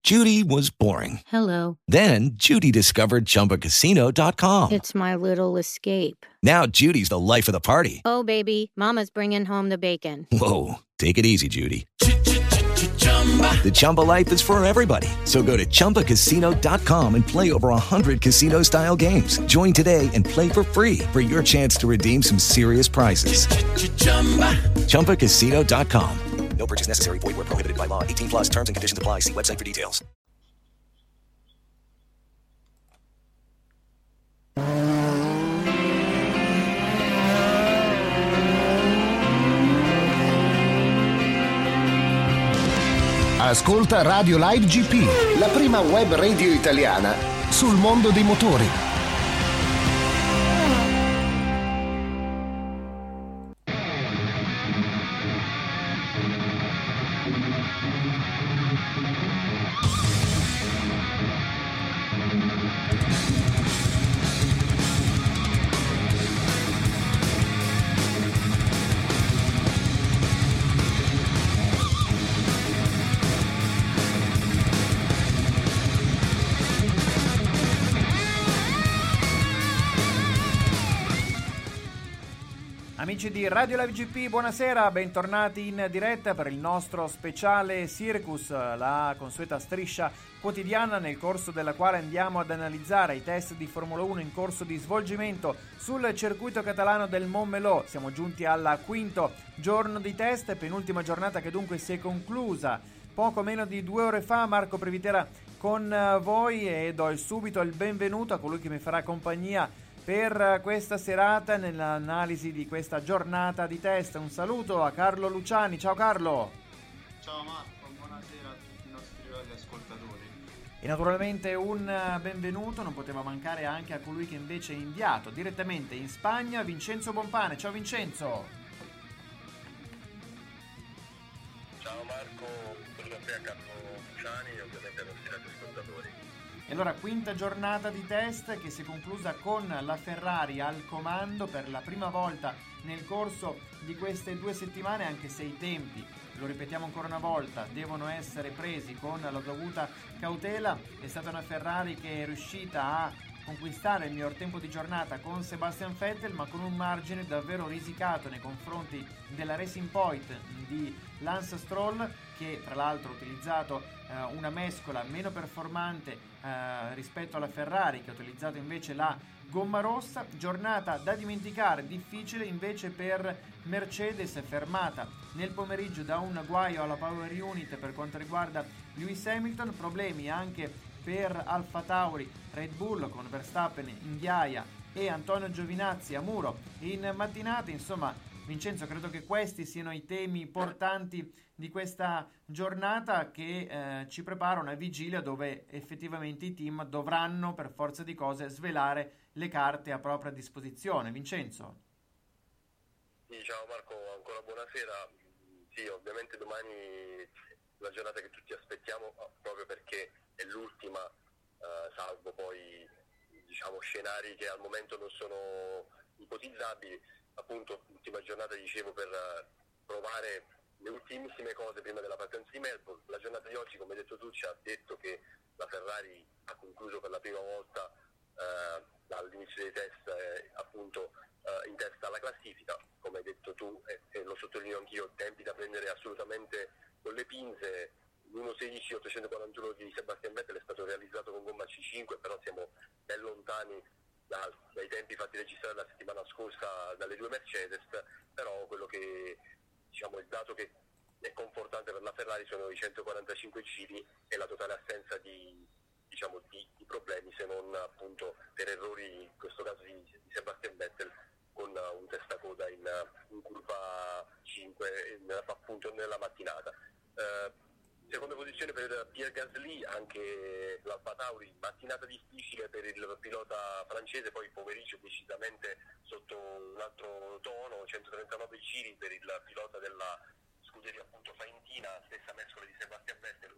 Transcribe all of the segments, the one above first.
Judy was boring. Hello. Then Judy discovered ChumbaCasino.com. It's my little escape. Now Judy's the life of the party. Oh, baby, mama's bringing home the bacon. Whoa, take it easy, Judy. The Chumba life is for everybody. So go to ChumbaCasino.com and play over 100 casino-style games. Join today and play for free for your chance to redeem some serious prizes. ChumbaCasino.com. No purchase necessary. Void where prohibited by law. 18 plus terms and conditions apply. See website for details. Ascolta Radio Live GP, la prima web radio italiana sul mondo dei motori. Amici di Radio Live GP, buonasera, bentornati in diretta per il nostro speciale Circus, la consueta striscia quotidiana nel corso della quale andiamo ad analizzare i test di Formula 1 in corso di svolgimento sul circuito catalano del Montmeló. Siamo giunti al quinto giorno di test, penultima giornata che dunque si è conclusa poco meno di 2 ore fa. Marco Previtera con voi e do subito il benvenuto a colui che mi farà compagnia per questa serata nell'analisi di questa giornata di test. Un saluto a Carlo Luciani. Ciao Carlo. Ciao Marco, buonasera a tutti i nostri radioascoltatori. E naturalmente un benvenuto non poteva mancare anche a colui che invece è inviato direttamente in Spagna, Vincenzo Bompane. Ciao Vincenzo. Ciao Marco, saluto a Carlo Luciani e ovviamente ai nostri radioascoltatori. E allora, quinta giornata di test che si è conclusa con la Ferrari al comando per la prima volta nel corso di queste 2 settimane, anche se i tempi, lo ripetiamo ancora una volta, devono essere presi con la dovuta cautela. È stata una Ferrari che è riuscita a conquistare il miglior tempo di giornata con Sebastian Vettel, ma con un margine davvero risicato nei confronti della Racing Point di Lance Stroll, che tra l'altro ha utilizzato una mescola meno performante rispetto alla Ferrari, che ha utilizzato invece la gomma rossa. Giornata da dimenticare, difficile invece per Mercedes, fermata nel pomeriggio da un guaio alla power unit per quanto riguarda Lewis Hamilton. Problemi anche per Alfa Tauri, Red Bull con Verstappen in ghiaia e Antonio Giovinazzi a muro in mattinata. Insomma, Vincenzo, credo che questi siano i temi portanti di questa giornata che ci prepara una vigilia dove effettivamente i team dovranno per forza di cose svelare le carte a propria disposizione. Vincenzo. Sì, ciao Marco, ancora buonasera. Sì, ovviamente domani la giornata che tutti aspettiamo, proprio perché è l'ultima, salvo poi diciamo scenari che al momento non sono ipotizzabili. Appunto, l'ultima giornata, dicevo, per provare le ultimissime cose prima della partenza di Melbourne. La giornata di oggi, come hai detto tu, ci ha detto che la Ferrari ha concluso per la prima volta dall'inizio dei test appunto in testa alla classifica. Come hai detto tu e lo sottolineo anch'io, tempi da prendere assolutamente con le pinze. L'1.16.841 di Sebastian Vettel è stato realizzato con gomma C5, però siamo ben lontani dai tempi fatti registrare la settimana scorsa dalle 2 Mercedes. Però quello che, diciamo, il dato che è confortante per la Ferrari sono i 145 giri e la totale assenza di problemi, se non appunto per errori, in questo caso di Sebastian Vettel, con un testacoda in curva 5 appunto nella mattinata. Seconda posizione per Pierre Gasly, anche l'Alfa Tauri, mattinata difficile per il pilota francese, poi pomeriggio decisamente sotto un altro tono, 139 giri per il pilota della scuderia appunto faentina, stessa mescola di Sebastian Vettel,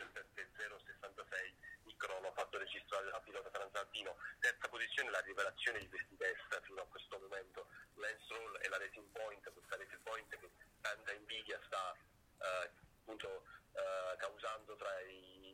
1.17.066 il crono fatto registrare dal pilota franzalpino. Terza posizione, la rivelazione di questi test fino a questo momento, Lance Stroll e la Racing Point, questa Racing Point che tanta invidia sta appunto causando tra i principali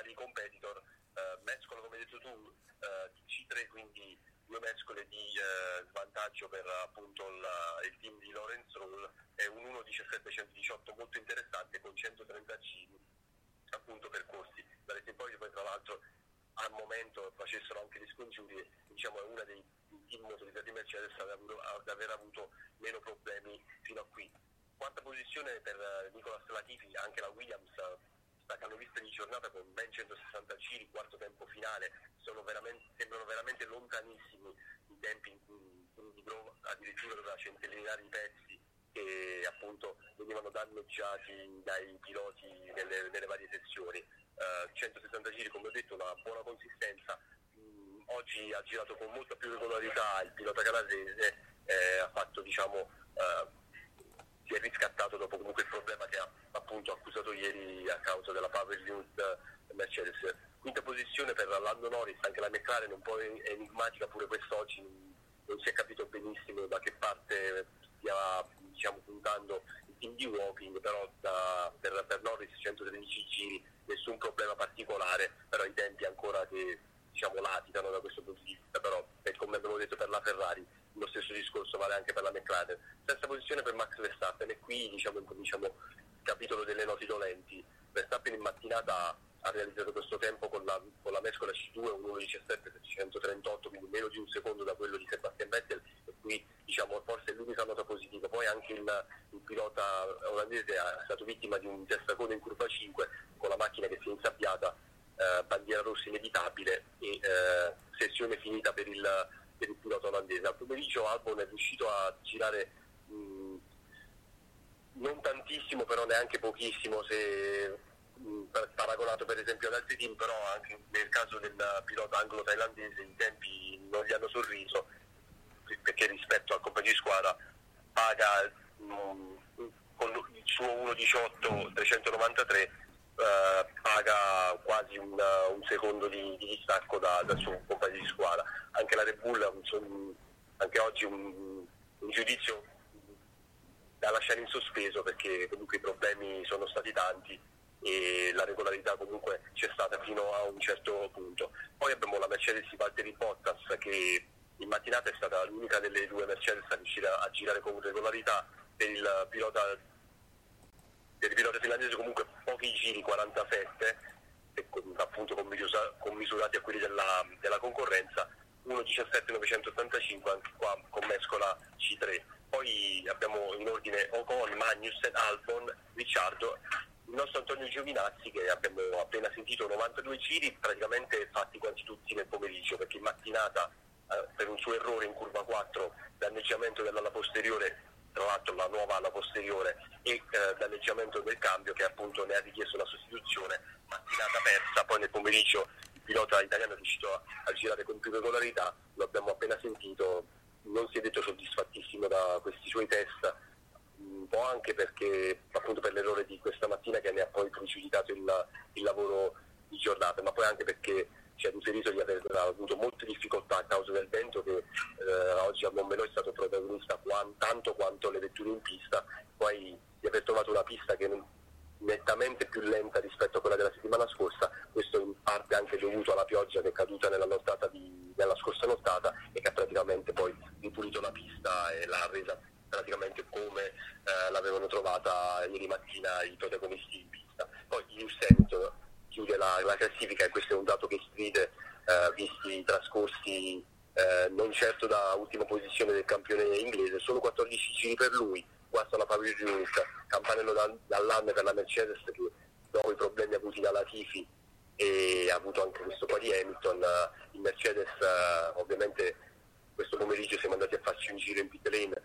vari competitor, mescola come hai detto tu C3, quindi 2 mescole di svantaggio per appunto il team di Lawrence Stroll, e un 1.17.118 molto interessante con 130 giri appunto percorsi. Da Racing Point poi tra l'altro al momento facessero anche gli scongiuri, diciamo è una dei team motorizzati Mercedes ad aver avuto meno problemi fino a qui. Quarta posizione per Nicolas Latifi, anche la Williams staccano vista di giornata con ben 160 giri, quarto tempo finale, sembrano veramente lontanissimi i tempi in prova, addirittura da centellinaia di pezzi che appunto venivano danneggiati dai piloti nelle varie sezioni. 160 giri, come ho detto, una buona consistenza. Oggi ha girato con molta più regolarità il pilota canadese, ha fatto si è riscattato dopo comunque il problema che ha appunto accusato ieri a causa della power unit Mercedes. Quinta posizione per Lando Norris, anche la McLaren un po' enigmatica pure quest'oggi, non si è capito benissimo da che parte stia puntando il team di Woking, però per Norris 113 giri, nessun problema particolare, però i tempi ancora che latitano da questo punto di vista, però come abbiamo detto per la Ferrari lo stesso discorso vale anche per la McLaren. Terza posizione per Max Verstappen, e qui incominciamo il capitolo delle noti dolenti. Verstappen in mattinata ha realizzato questo tempo con la mescola C2, un 1.17.738, quindi meno di un secondo da quello di Sebastian Vettel, e qui forse è l'unica nota positiva. Poi anche il pilota olandese è stato vittima di un testacone in curva 5 con la macchina che si è insabbiata, bandiera rossa inevitabile e sessione finita per il pilota olandese. Al pomeriggio Albon è riuscito a girare non tantissimo, però neanche pochissimo se paragonato per esempio ad altri team, però anche nel caso del pilota anglo-thailandese i tempi non gli hanno sorriso, perché rispetto al compagno di squadra paga con il suo 1.18.393 paga quasi un secondo di distacco dal suo compagno di squadra. Anche la Red Bull anche oggi un giudizio da lasciare in sospeso, perché comunque i problemi sono stati tanti e la regolarità comunque c'è stata fino a un certo punto. Poi abbiamo la Mercedes di Valtteri Bottas, che in mattinata è stata l'unica delle 2 Mercedes a riuscire a girare con regolarità. Per il pilota finlandese comunque pochi giri, 47, e appunto commisurati a quelli della concorrenza, 1.17.985 anche qua con mescola C3. Poi abbiamo in ordine Ocon, Magnussen, Albon, Ricciardo, il nostro Antonio Giovinazzi, che abbiamo appena sentito, 92 giri praticamente fatti quasi tutti nel pomeriggio, perché in mattinata per un suo errore in curva 4, danneggiamento dell'ala posteriore, tra l'altro la nuova ala posteriore, e danneggiamento del cambio che appunto ne ha richiesto la sostituzione, mattinata persa. Poi nel pomeriggio il pilota italiano è riuscito a girare con più regolarità, lo abbiamo appena sentito, non si è detto soddisfattissimo da questi suoi test, un po' anche perché appunto per l'errore di questa mattina che ne ha poi pregiudicato il lavoro di giornata, ma poi anche perché ci ha riferito di aver avuto molte difficoltà a causa del vento, che oggi a Montmelò è stato protagonista tanto quanto le vetture in pista, poi di aver trovato una pista che è nettamente più lenta rispetto a quella della settimana scorsa. Questo in parte anche dovuto alla pioggia che è caduta nella scorsa nottata e che ha praticamente poi ripulito la pista e l'ha resa praticamente come l'avevano trovata ieri mattina i protagonisti in pista. Poi Lewis Hamilton chiude la classifica, e questo è un dato che stride visti i trascorsi non certo da ultima posizione del campione inglese, solo 14 giri per lui, guasta la Power Unit, campanello d'allarme per la Mercedes, che dopo i problemi avuti da Latifi e ha avuto anche questo qua di Hamilton, il Mercedes ovviamente questo pomeriggio siamo andati a farci un giro in pit lane,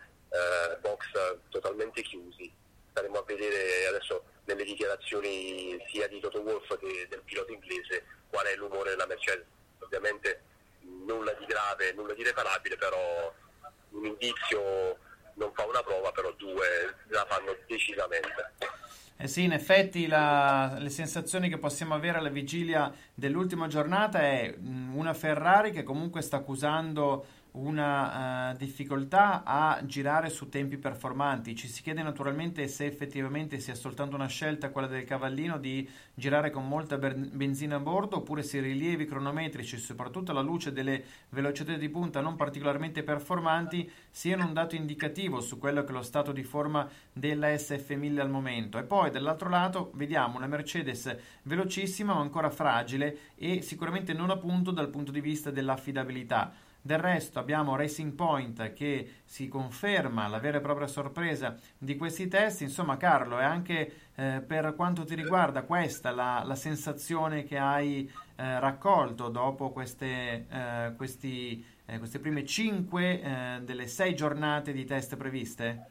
box totalmente chiusi. Staremo a vedere adesso nelle dichiarazioni sia di Toto Wolff che del pilota inglese qual è l'umore della Mercedes. Ovviamente nulla di grave, nulla di irreparabile, però un indizio non fa una prova, però 2 la fanno decisamente. Sì, in effetti le sensazioni che possiamo avere alla vigilia dell'ultima giornata è una Ferrari che comunque sta accusando una difficoltà a girare su tempi performanti. Ci si chiede naturalmente se effettivamente sia soltanto una scelta, quella del Cavallino, di girare con molta benzina a bordo, oppure se i rilievi cronometrici, soprattutto alla luce delle velocità di punta non particolarmente performanti, siano un dato indicativo su quello che è lo stato di forma della SF1000 al momento. E poi dall'altro lato vediamo una Mercedes velocissima ma ancora fragile e sicuramente non a punto dal punto di vista dell'affidabilità. Del resto abbiamo Racing Point che si conferma la vera e propria sorpresa di questi test. Insomma, Carlo, è anche per quanto ti riguarda questa la sensazione che hai raccolto dopo queste prime 5 delle 6 giornate di test previste?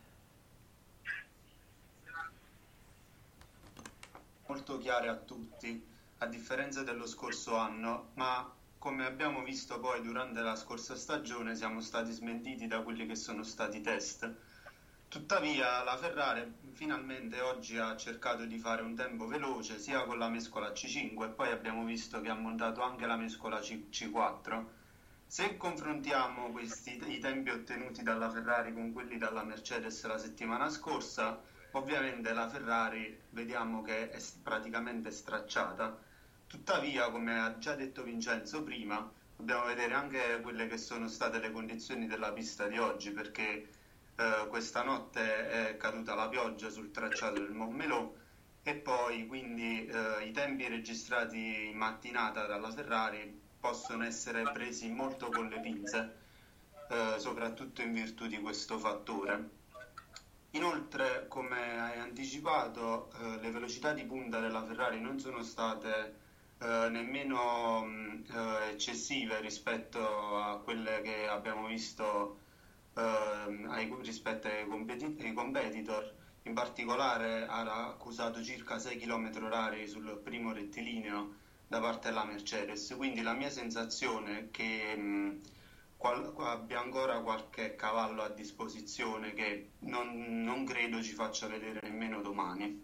Molto chiare a tutti, a differenza dello scorso anno, ma come abbiamo visto poi durante la scorsa stagione siamo stati smentiti da quelli che sono stati i test. Tuttavia la Ferrari finalmente oggi ha cercato di fare un tempo veloce sia con la mescola C5 e poi abbiamo visto che ha montato anche la mescola C4. Se confrontiamo i tempi ottenuti dalla Ferrari con quelli dalla Mercedes la settimana scorsa, ovviamente la Ferrari vediamo che è praticamente stracciata. Tuttavia, come ha già detto Vincenzo prima, dobbiamo vedere anche quelle che sono state le condizioni della pista di oggi, perché questa notte è caduta la pioggia sul tracciato del Montmelò e poi quindi i tempi registrati in mattinata dalla Ferrari possono essere presi molto con le pinze, soprattutto in virtù di questo fattore. Inoltre, come hai anticipato, le velocità di punta della Ferrari non sono state nemmeno eccessive rispetto a quelle che abbiamo visto rispetto ai competitor. In particolare ha accusato circa 6 km/h sul primo rettilineo da parte della Mercedes, quindi la mia sensazione è che abbia ancora qualche cavallo a disposizione che non credo ci faccia vedere nemmeno domani.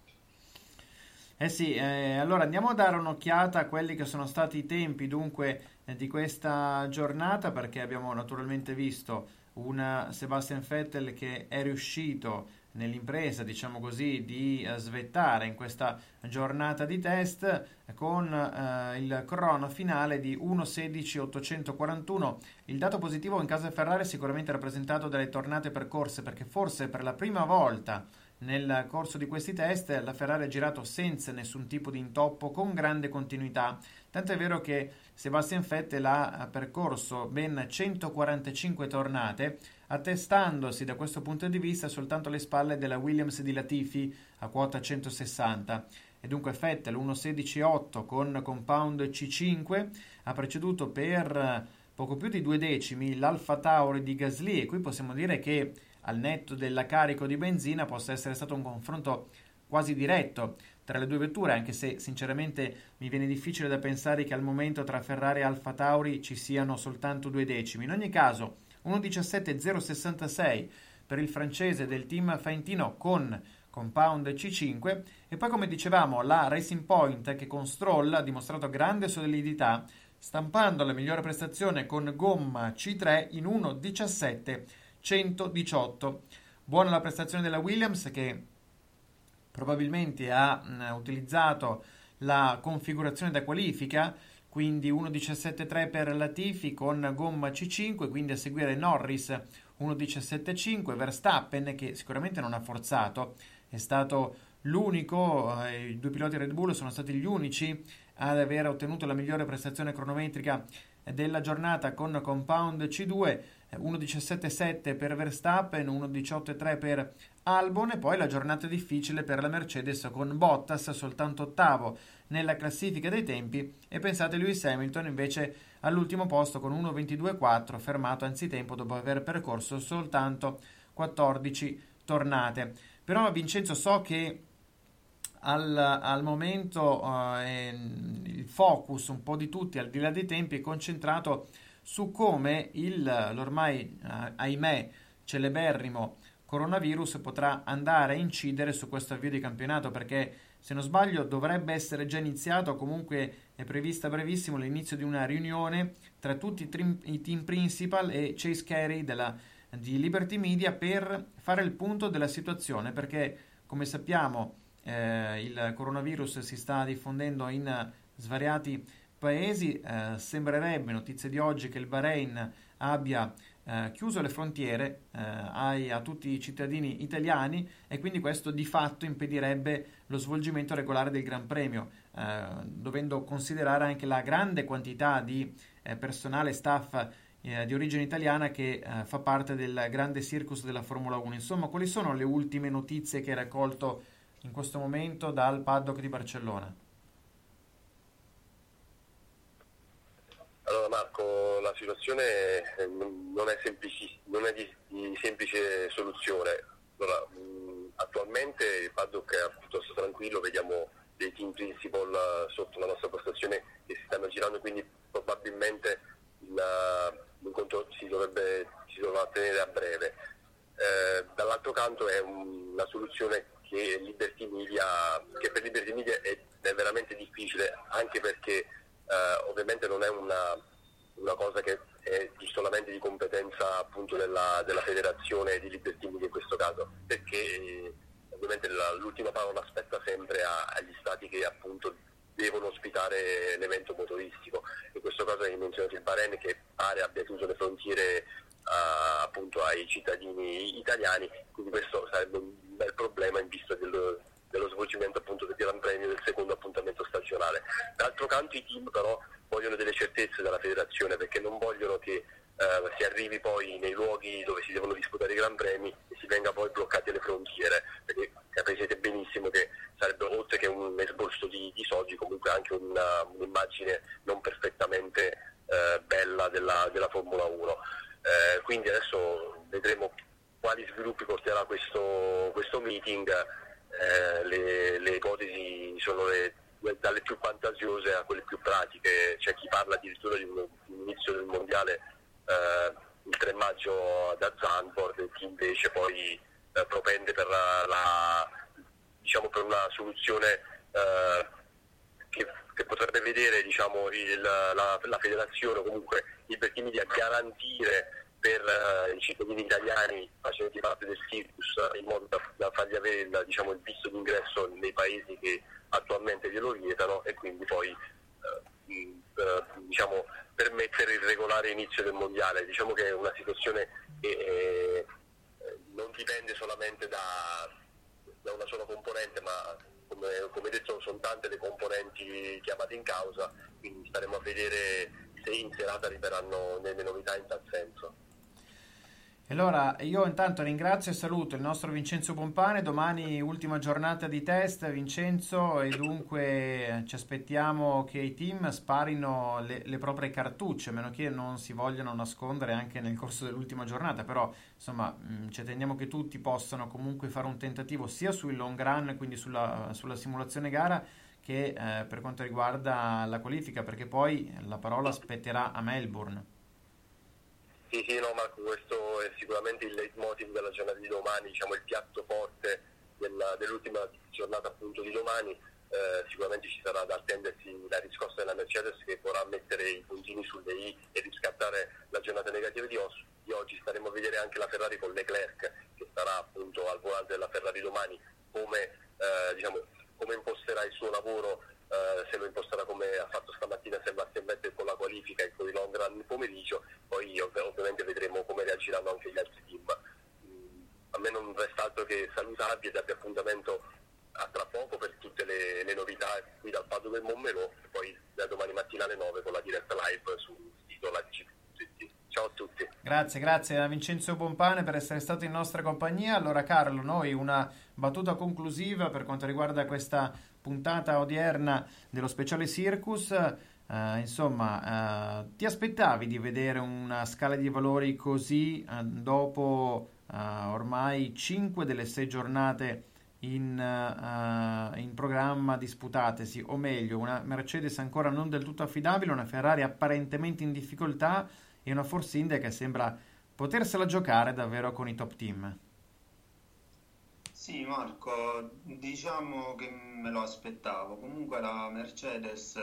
Allora andiamo a dare un'occhiata a quelli che sono stati i tempi dunque di questa giornata, perché abbiamo naturalmente visto un Sebastian Vettel che è riuscito nell'impresa, diciamo così, di svettare in questa giornata di test con il crono finale di 1.16.841. Il dato positivo in casa Ferrari è sicuramente rappresentato dalle tornate percorse, perché forse per la prima volta nel corso di questi test la Ferrari ha girato senza nessun tipo di intoppo, con grande continuità, tanto è vero che Sebastian Vettel ha percorso ben 145 tornate, attestandosi da questo punto di vista soltanto alle spalle della Williams di Latifi a quota 160. E dunque Vettel 1.16.8 con compound C5 ha preceduto per poco più di 2 decimi l'Alfa Tauri di Gasly, e qui possiamo dire che al netto della carico di benzina possa essere stato un confronto quasi diretto tra le due vetture, anche se sinceramente mi viene difficile da pensare che al momento tra Ferrari e Alfa Tauri ci siano soltanto 2 decimi. In ogni caso 1.17.066 per il francese del team Faentino con compound C5, e poi come dicevamo la Racing Point che con Stroll ha dimostrato grande solidità, stampando la migliore prestazione con gomma C3 in 1.17.118. Buona la prestazione della Williams, che probabilmente ha utilizzato la configurazione da qualifica, quindi 1.17.3 per Latifi con gomma C5, quindi a seguire Norris 1.17.5, Verstappen che sicuramente non ha forzato, è stato l'unico, i due piloti Red Bull sono stati gli unici ad aver ottenuto la migliore prestazione cronometrica della giornata con compound C2, 1.17.7 per Verstappen, 1.18.3 per Albon, e poi la giornata difficile per la Mercedes con Bottas soltanto ottavo nella classifica dei tempi, e pensate Lewis Hamilton invece all'ultimo posto con 1.22.4, fermato anzitempo dopo aver percorso soltanto 14 tornate. Però Vincenzo, so che al momento il focus un po' di tutti, al di là dei tempi, è concentrato su come l'ormai ahimè celeberrimo coronavirus potrà andare a incidere su questo avvio di campionato, perché se non sbaglio dovrebbe essere già iniziato, comunque è prevista a brevissimo l'inizio di una riunione tra tutti i team principal e Chase Carey di Liberty Media per fare il punto della situazione, perché come sappiamo il coronavirus si sta diffondendo in svariati paesi. Sembrerebbe, notizie di oggi, che il Bahrain abbia chiuso le frontiere a tutti i cittadini italiani, e quindi questo di fatto impedirebbe lo svolgimento regolare del Gran Premio, dovendo considerare anche la grande quantità di personale staff di origine italiana che fa parte del grande circus della Formula 1. Insomma, quali sono le ultime notizie che hai raccolto in questo momento dal paddock di Barcellona? Allora Marco, la situazione non è di semplice soluzione. Allora, attualmente il paddock è piuttosto tranquillo, vediamo dei team principal sotto la nostra postazione che si stanno girando, quindi probabilmente l'incontro si dovrà tenere a breve. Dall'altro canto è una soluzione che per Liberty Media è veramente difficile, anche perché ovviamente non è una cosa che è solamente di competenza appunto della federazione di Liberty Media in questo caso, perché ovviamente l'ultima parola spetta sempre agli stati che appunto devono ospitare l'evento motoristico. In questo caso hai menzionato il Bahrain, che pare abbia chiuso le frontiere appunto ai cittadini italiani, quindi questo sarebbe un bel problema in vista dello svolgimento appunto del Gran Premio, del secondo appuntamento stagionale. D'altro canto i team però vogliono delle certezze dalla federazione, perché non vogliono che si arrivi poi nei luoghi dove si devono disputare i Gran Premi e si venga poi bloccati alle frontiere, perché capite benissimo che sarebbe, oltre che un esborso di soldi, comunque anche un'immagine non perfettamente bella della Formula 1. Quindi adesso vedremo quali sviluppi porterà questo meeting. Le ipotesi sono dalle più fantasiose a quelle più pratiche. C'è chi parla addirittura di un inizio del mondiale il 3 maggio da Zandvoort, e chi invece poi propende per per una soluzione che potrebbe vedere la federazione, comunque Liberty Media, garantire per i cittadini italiani facenti parte del circus, in modo da fargli avere il visto d'ingresso nei paesi che attualmente glielo vietano, e quindi poi permettere il regolare inizio del mondiale. Diciamo che è una situazione che non dipende solamente da una sola componente, ma come detto sono tante le componenti chiamate in causa, quindi staremo a vedere se in serata arriveranno delle novità in tal senso. Allora, io intanto ringrazio e saluto il nostro Vincenzo Pompane. Domani ultima giornata di test, Vincenzo, e dunque ci aspettiamo che i team sparino le proprie cartucce, a meno che non si vogliano nascondere anche nel corso dell'ultima giornata. Però insomma ci attendiamo che tutti possano comunque fare un tentativo sia sul long run, quindi sulla simulazione gara, che per quanto riguarda la qualifica, perché poi la parola spetterà a Melbourne. Sì, no Marco, questo è sicuramente il leitmotiv della giornata di domani, il piatto forte dell'ultima giornata appunto di domani. Sicuramente ci sarà da attendersi la riscossa della Mercedes, che vorrà mettere i puntini sulle i e riscattare la giornata negativa di oggi. Staremo a vedere anche la Ferrari con Leclerc, che sarà appunto al volante della Ferrari domani, come imposterà il suo lavoro, se lo imposterà come ha fatto stamattina Sebastian Vettel con la qualifica e con i long run nel pomeriggio. Poi ovviamente vedremo come reagiranno anche gli altri team. A me non resta altro che salutarvi e darvi appuntamento a tra poco per tutte le novità qui dal paddock del Montmelò, e poi da domani mattina alle 9 con la diretta live sul sito LiveGP. Ciao a tutti. Grazie a Vincenzo Pompane per essere stato in nostra compagnia. Allora Carlo, noi una battuta conclusiva per quanto riguarda questa puntata odierna dello speciale Circus. Ti aspettavi di vedere una scala di valori così dopo ormai 5 delle 6 giornate in programma disputatesi, o meglio una Mercedes ancora non del tutto affidabile, una Ferrari apparentemente in difficoltà e una Force India che sembra potersela giocare davvero con i top team? Sì, Marco, diciamo che me lo aspettavo. Comunque la Mercedes,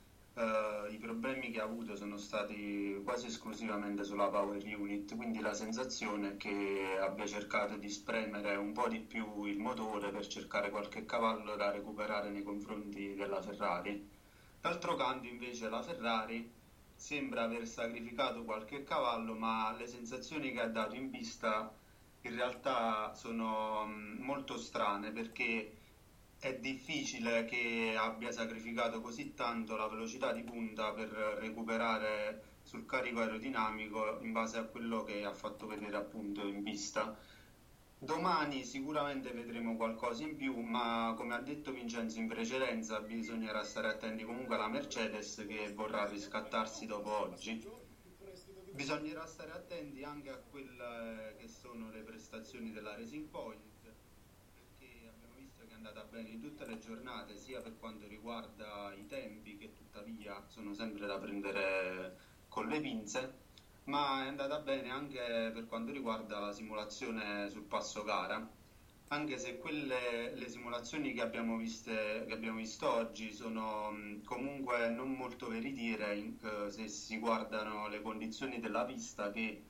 i problemi che ha avuto sono stati quasi esclusivamente sulla power unit, quindi la sensazione è che abbia cercato di spremere un po' di più il motore per cercare qualche cavallo da recuperare nei confronti della Ferrari. D'altro canto invece la Ferrari sembra aver sacrificato qualche cavallo, ma le sensazioni che ha dato in pista in realtà sono molto strane, perché è difficile che abbia sacrificato così tanto la velocità di punta per recuperare sul carico aerodinamico in base a quello che ha fatto vedere appunto in pista. Domani sicuramente vedremo qualcosa in più, ma come ha detto Vincenzo in precedenza bisognerà stare attenti comunque alla Mercedes che vorrà riscattarsi dopo oggi. Bisognerà stare attenti anche a quelle che sono le prestazioni della Racing Point, perché abbiamo visto che è andata bene in tutte le giornate, sia per quanto riguarda i tempi, che tuttavia sono sempre da prendere con le pinze, ma è andata bene anche per quanto riguarda la simulazione sul passo gara, anche se le simulazioni che abbiamo visto oggi sono comunque non molto veritiere se si guardano le condizioni della pista, che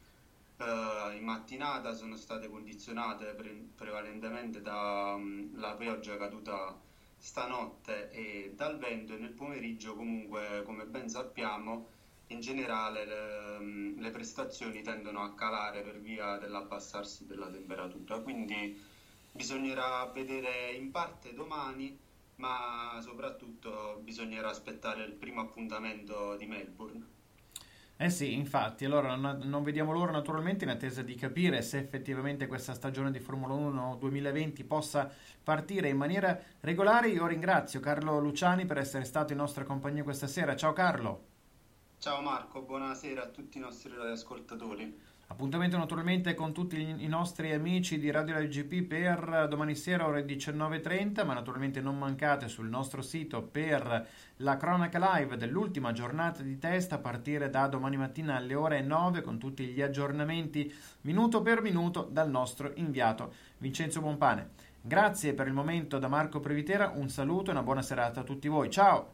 in mattinata sono state condizionate prevalentemente dalla pioggia caduta stanotte e dal vento, e nel pomeriggio comunque, come ben sappiamo, in generale le prestazioni tendono a calare per via dell'abbassarsi della temperatura, quindi bisognerà vedere in parte domani, ma soprattutto bisognerà aspettare il primo appuntamento di Melbourne. Eh sì, infatti, allora non vediamo l'ora naturalmente, in attesa di capire se effettivamente questa stagione di Formula 1 2020 possa partire in maniera regolare. Io ringrazio Carlo Luciani per essere stato in nostra compagnia questa sera. Ciao Carlo. Ciao Marco, buonasera a tutti i nostri ascoltatori. Appuntamento naturalmente con tutti i nostri amici di Radio LGP per domani sera ore 19.30, ma naturalmente non mancate sul nostro sito per la cronaca live dell'ultima giornata di test a partire da domani mattina alle ore 9, con tutti gli aggiornamenti minuto per minuto dal nostro inviato Vincenzo Bompane. Grazie per il momento da Marco Previtera, un saluto e una buona serata a tutti voi. Ciao!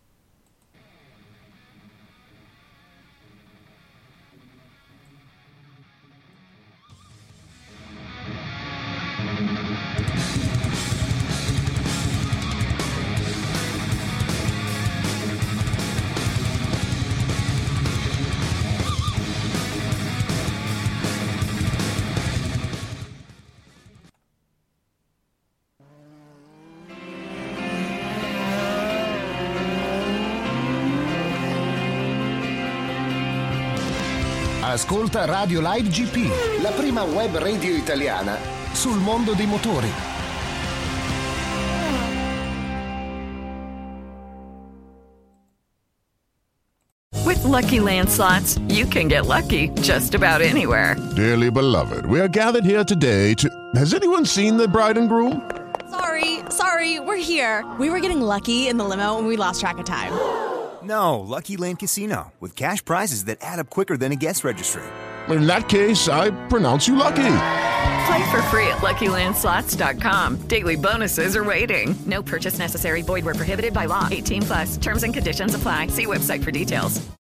Ascolta Radio Live GP, la prima web radio italiana sul mondo dei motori. With Lucky Land Slots, you can get lucky just about anywhere. Dearly beloved, we are gathered here today to... Has anyone seen the bride and groom? Sorry, we're here. We were getting lucky in the limo and we lost track of time. No, Lucky Land Casino, with cash prizes that add up quicker than a guest registry. In that case, I pronounce you lucky. Play for free at LuckyLandSlots.com. Daily bonuses are waiting. No purchase necessary. Void where prohibited by law. 18+. Terms and conditions apply. See website for details.